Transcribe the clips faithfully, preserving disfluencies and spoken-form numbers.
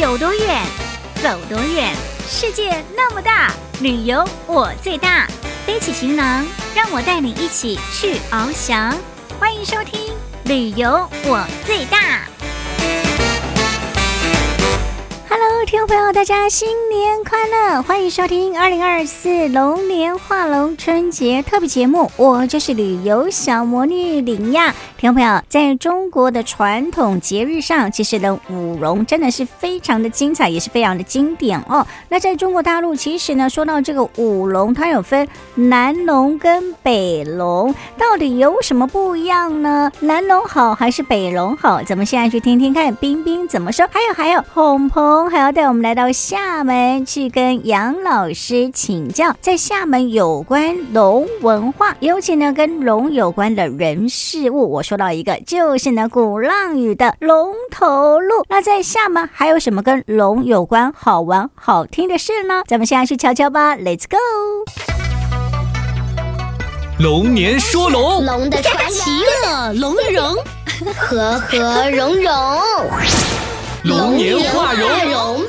有多远，走多远，世界那么大，旅游我最大。背起行囊，让我带你一起去翱翔。欢迎收听旅游我最大。Hello， 听众朋友，大家新年快乐！欢迎收听二零二四龙年画龙春节特别节目，我就是旅游小魔女林亚。听众朋友，在中国的传统节日上，其实呢舞龙真的是非常的精彩，也是非常的经典哦。那在中国大陆，其实呢说到这个舞龙，它有分南龙跟北龙，到底有什么不一样呢？南龙好还是北龙好？咱们现在去听听看冰冰怎么说。还有还有，鹏鹏还要带我们来到厦门去跟杨老师请教，在厦门有关龙文化，尤其呢跟龙有关的人事物。我说到一个就是呢鼓浪屿的龙头路。那在厦门还有什么跟龙有关好玩好听的事呢？咱们现在去瞧瞧吧 Let's go。 龙年说龙， 龙的传奇， 其乐融融， 和和融融， 龙年画龙。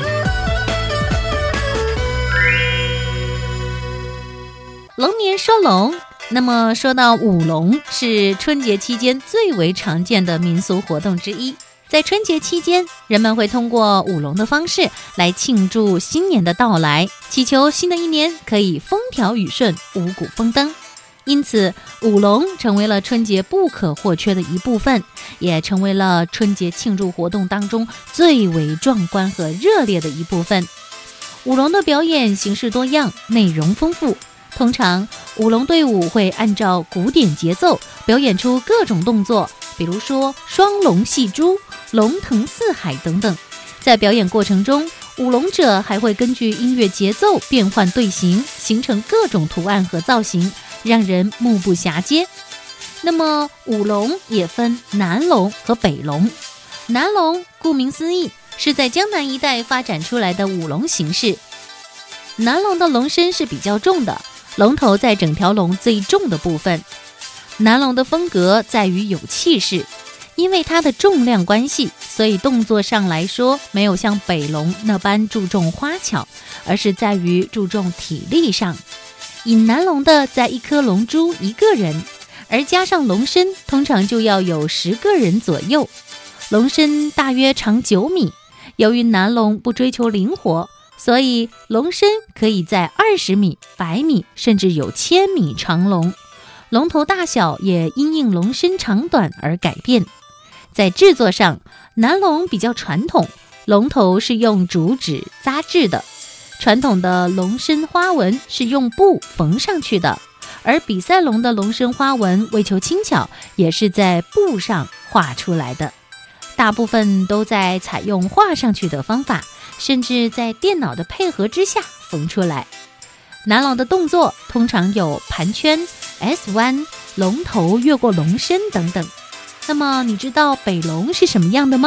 龙年说龙。那么说到舞龙，是春节期间最为常见的民俗活动之一。在春节期间，人们会通过舞龙的方式来庆祝新年的到来，祈求新的一年可以风调雨顺、五谷丰登。因此，舞龙成为了春节不可或缺的一部分，也成为了春节庆祝活动当中最为壮观和热烈的一部分。舞龙的表演形式多样，内容丰富。通常，舞龙队伍会按照古典节奏表演出各种动作，比如说双龙戏珠、龙腾四海等等。在表演过程中，舞龙者还会根据音乐节奏变换队形，形成各种图案和造型，让人目不暇接。那么，舞龙也分南龙和北龙。南龙顾名思义，是在江南一带发展出来的舞龙形式。南龙的龙身是比较重的，龙头在整条龙最重的部分。南龙的风格在于有气势，因为它的重量关系，所以动作上来说没有像北龙那般注重花巧，而是在于注重体力上。引南龙的在一颗龙珠一个人，而加上龙身通常就要有十个人左右。龙身大约长九米，由于南龙不追求灵活，所以龙身可以在二十米、百米，甚至有千米长龙。龙头大小也因应龙身长短而改变。在制作上，南龙比较传统，龙头是用竹纸扎制的，传统的龙身花纹是用布缝上去的，而比赛龙的龙身花纹为求轻巧，也是在布上画出来的。大部分都在采用画上去的方法，甚至在电脑的配合之下缝出来。南龙的动作通常有盘圈、S 弯、龙头越过龙身等等。那么你知道北龙是什么样的吗？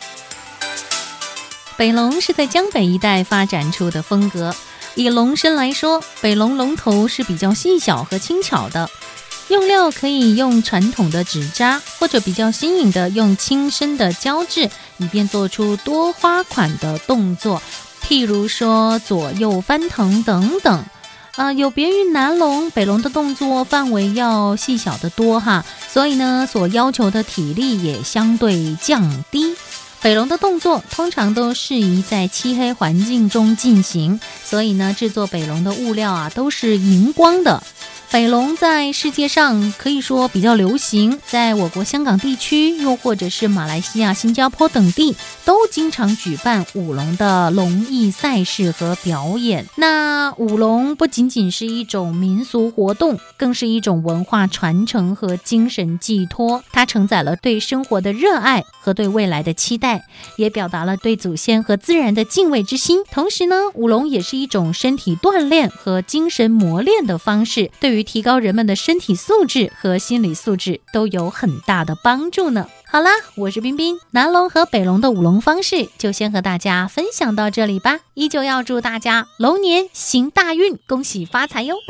北龙是在江北一带发展出的风格。以龙身来说，北龙龙头是比较细小和轻巧的，用料可以用传统的纸扎，或者比较新颖的用轻身的胶质，以便做出多花款的动作，譬如说左右翻腾等等。呃，有别于南龙，北龙的动作范围要细小得多哈，所以呢，所要求的体力也相对降低。北龙的动作通常都适宜在漆黑环境中进行，所以呢，制作北龙的物料啊都是荧光的。北龙在世界上可以说比较流行，在我国香港地区，又或者是马来西亚、新加坡等地，都经常举办舞龙的龙艺赛事和表演。那舞龙不仅仅是一种民俗活动，更是一种文化传承和精神寄托。它承载了对生活的热爱和对未来的期待，也表达了对祖先和自然的敬畏之心。同时呢，舞龙也是一种身体锻炼和精神磨练的方式，对于提高人们的身体素质和心理素质都有很大的帮助呢。好啦，我是冰冰，南龙和北龙的舞龙方式就先和大家分享到这里吧。依旧要祝大家龙年行大运，恭喜发财哟！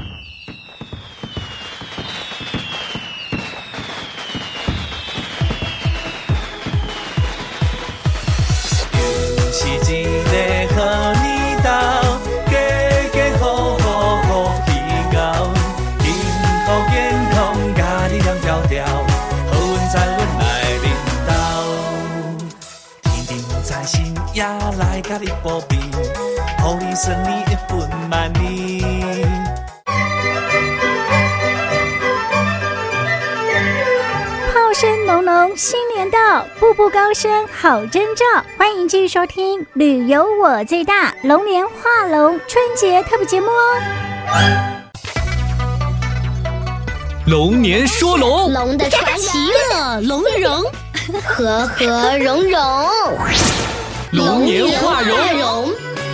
奇迹来领导。天顶在心也来甲你保庇，互你顺利一分万年。 炮声隆隆，新年到，步步高升好征兆。欢迎继续收听《旅游我最大》龙年画龙春节特别节目哦。 龙年说龙， 龙的传奇， 乐龙与荣， 和和融融， 龙年画龙。 龙。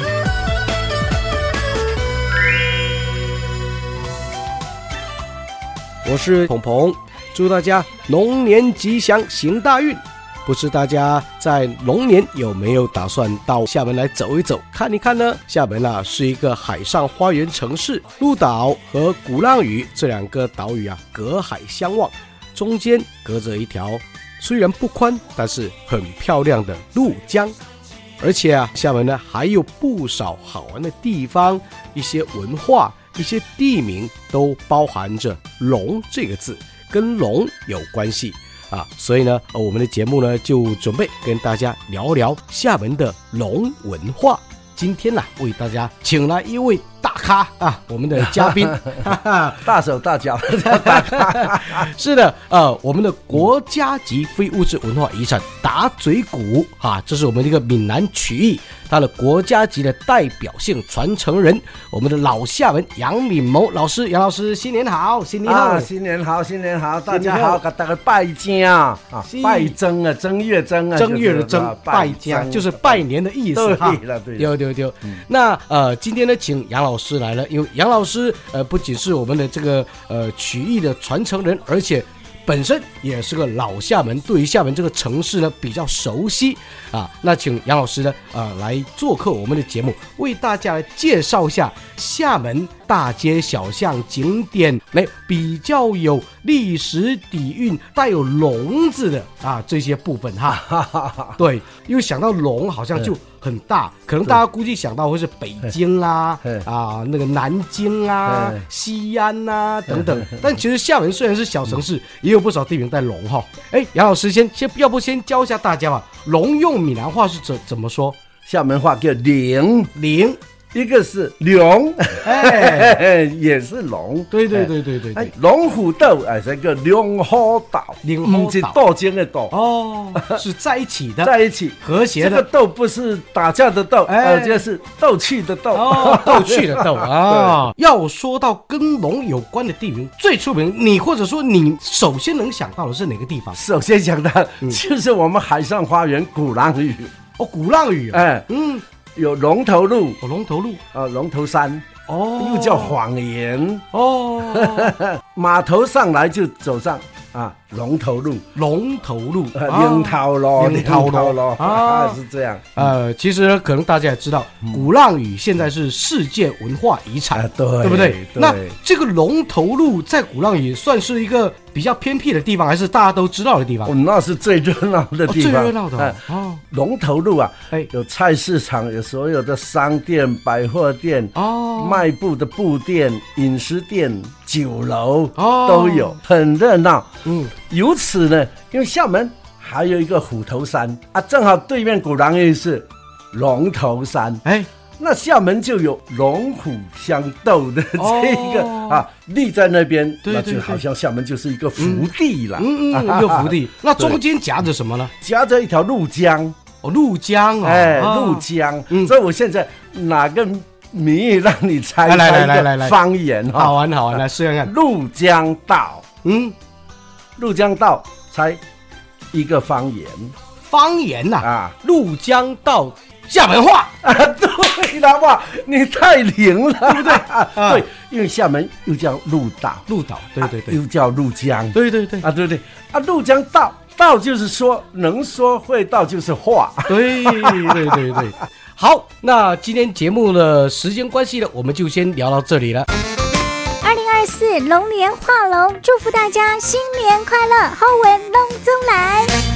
我是鹏鹏，祝大家龙年吉祥，行大运。不知大家在龙年有没有打算到厦门来走一走、看一看呢？厦门啊是一个海上花园城市，鹿岛和鼓浪屿这两个岛屿啊隔海相望，中间隔着一条虽然不宽但是很漂亮的鹭江。而且啊，厦门呢还有不少好玩的地方，一些文化、一些地名都包含着龙这个字，跟龙有关系啊，所以呢，我们的节目呢就准备跟大家聊聊厦门的龙文化。今天呢、啊，为大家请来一位大咖啊，我们的嘉宾， 大手大脚， 大咖，是的，呃，我们的国家级非物质文化遗产打嘴鼓啊，这是我们这个闽南曲艺它的国家级的代表性传承人，我们的老厦门杨敏谋老师，杨老师新年好，新年好， 啊、新年好，新年好，大家好，给大家拜年啊，拜正啊，正月正啊， 正月的正，拜年就是拜年的意思哈， 对了对了， 丢丢丢。那呃，今天呢，请杨老师来了，因为杨老师呃不仅是我们的这个呃曲艺的传承人，而且本身也是个老厦门，对于厦门这个城市呢比较熟悉啊。那请杨老师呢呃来做客我们的节目，为大家来介绍一下厦门大街小巷景点，来比较有历史底蕴、带有龙字的啊这些部分哈。对，因为想到龙好像就很大，可能大家估计想到会是北京啊、啊那个南京啊、西安啊等等，但其实厦门虽然是小城市，也有不少地名带龙哈。哎，杨老师先先要不先教一下大家吧，龙用闽南话是怎怎么说？ 厦门话叫灵灵。 一个是龙，哎，也是龙， 对对对对对对，龙虎斗哎，这个龙虎斗， 不是斗争的斗哦，是在一起的， 在一起和谐的。 这个斗不是打架的斗，哎，这是斗气的斗， 哦，斗气的斗啊。要说到跟龙有关的地名，最出名，你或者说你首先能想到的是哪个地方？ 首先想到就是我们海上花园鼓浪屿。 哦，鼓浪屿， 哎，嗯。有龙头路， 哦，龙头路， 啊，龙头山， 哦， 又叫谎言， 哦， 码头上来就走上啊，龙头路， 龙头路， 龙头路， 龙头路啊，是这样。 呃，其实可能大家也知道，鼓浪屿现在是世界文化遗产， 对， 对不对？那这个龙头路在鼓浪屿算是一个比较偏僻的地方，还是大家都知道的地方？ 哦，那是最热闹的地方， 最热闹的哦。 龙头路啊，哎，有菜市场，有所有的商店、百货店，哦，卖布的布店、饮食店、酒楼，哦，都有，很热闹。嗯，由此呢，因为厦门还有一个虎头山啊，正好对面鼓浪屿是龙头山，哎。那厦门就有龙虎相斗的这个、哦、啊立在那边，对对对，那就好像厦门就是一个福地了， 嗯嗯，一个福地。那中间夹着什么呢？ 夹着一条鹭江， 哦，鹭江啊， 哎，鹭江。嗯，所以我现在哪个谜语让你猜？来来来来来，方言哈， 好玩好玩，来试看看。 鹭江道，嗯，鹭江道，猜一个方言， 方言呐啊，鹭江道。厦门话啊，对了哇，你太灵了，对不对？啊、对，因为厦门又叫鹭岛， 鹭岛，对对对， 啊、又叫鹭江， 对对对， 啊，对对，啊，鹭江道，道就是说能说会道就是话， 对对对对。好，那今天节目的时间关系呢，我们就先聊到这里了。 二零二四龙年画龙，祝福大家新年快乐，好运龙中来。